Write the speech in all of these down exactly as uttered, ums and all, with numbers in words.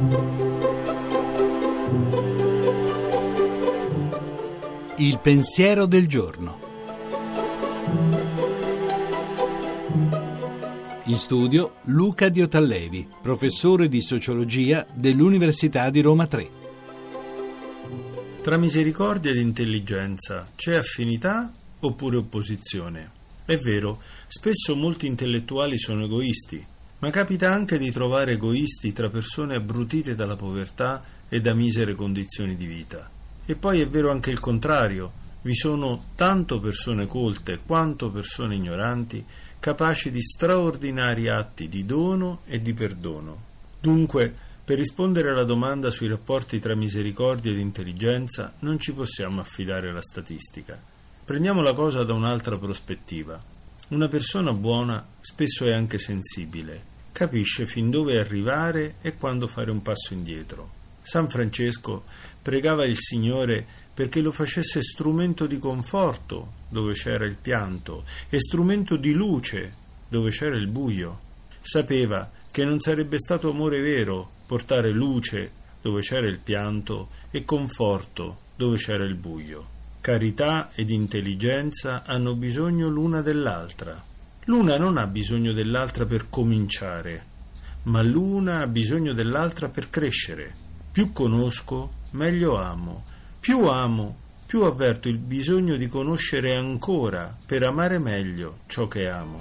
Il pensiero del giorno. In studio Luca Diotallevi, professore di sociologia dell'Università di Roma tre. Tra misericordia ed intelligenza c'è affinità oppure opposizione? È vero, spesso molti intellettuali sono egoisti, ma capita anche di trovare egoisti tra persone abbrutite dalla povertà e da misere condizioni di vita. E poi è vero anche il contrario, vi sono tanto persone colte quanto persone ignoranti, capaci di straordinari atti di dono e di perdono. Dunque, per rispondere alla domanda sui rapporti tra misericordia ed intelligenza, non ci possiamo affidare alla statistica. Prendiamo la cosa da un'altra prospettiva. Una persona buona spesso è anche sensibile, capisce fin dove arrivare e quando fare un passo indietro. San Francesco pregava il Signore perché lo facesse strumento di conforto dove c'era il pianto e strumento di luce dove c'era il buio. Sapeva che non sarebbe stato amore vero portare luce dove c'era il pianto e conforto dove c'era il buio. Carità ed intelligenza hanno bisogno l'una dell'altra. L'una non ha bisogno dell'altra per cominciare, ma l'una ha bisogno dell'altra per crescere. Più conosco, meglio amo. Più amo, più avverto il bisogno di conoscere ancora per amare meglio ciò che amo.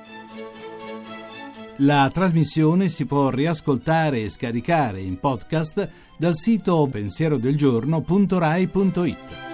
La trasmissione si può riascoltare e scaricare in podcast dal sito pensierodelgiorno punto rai punto it.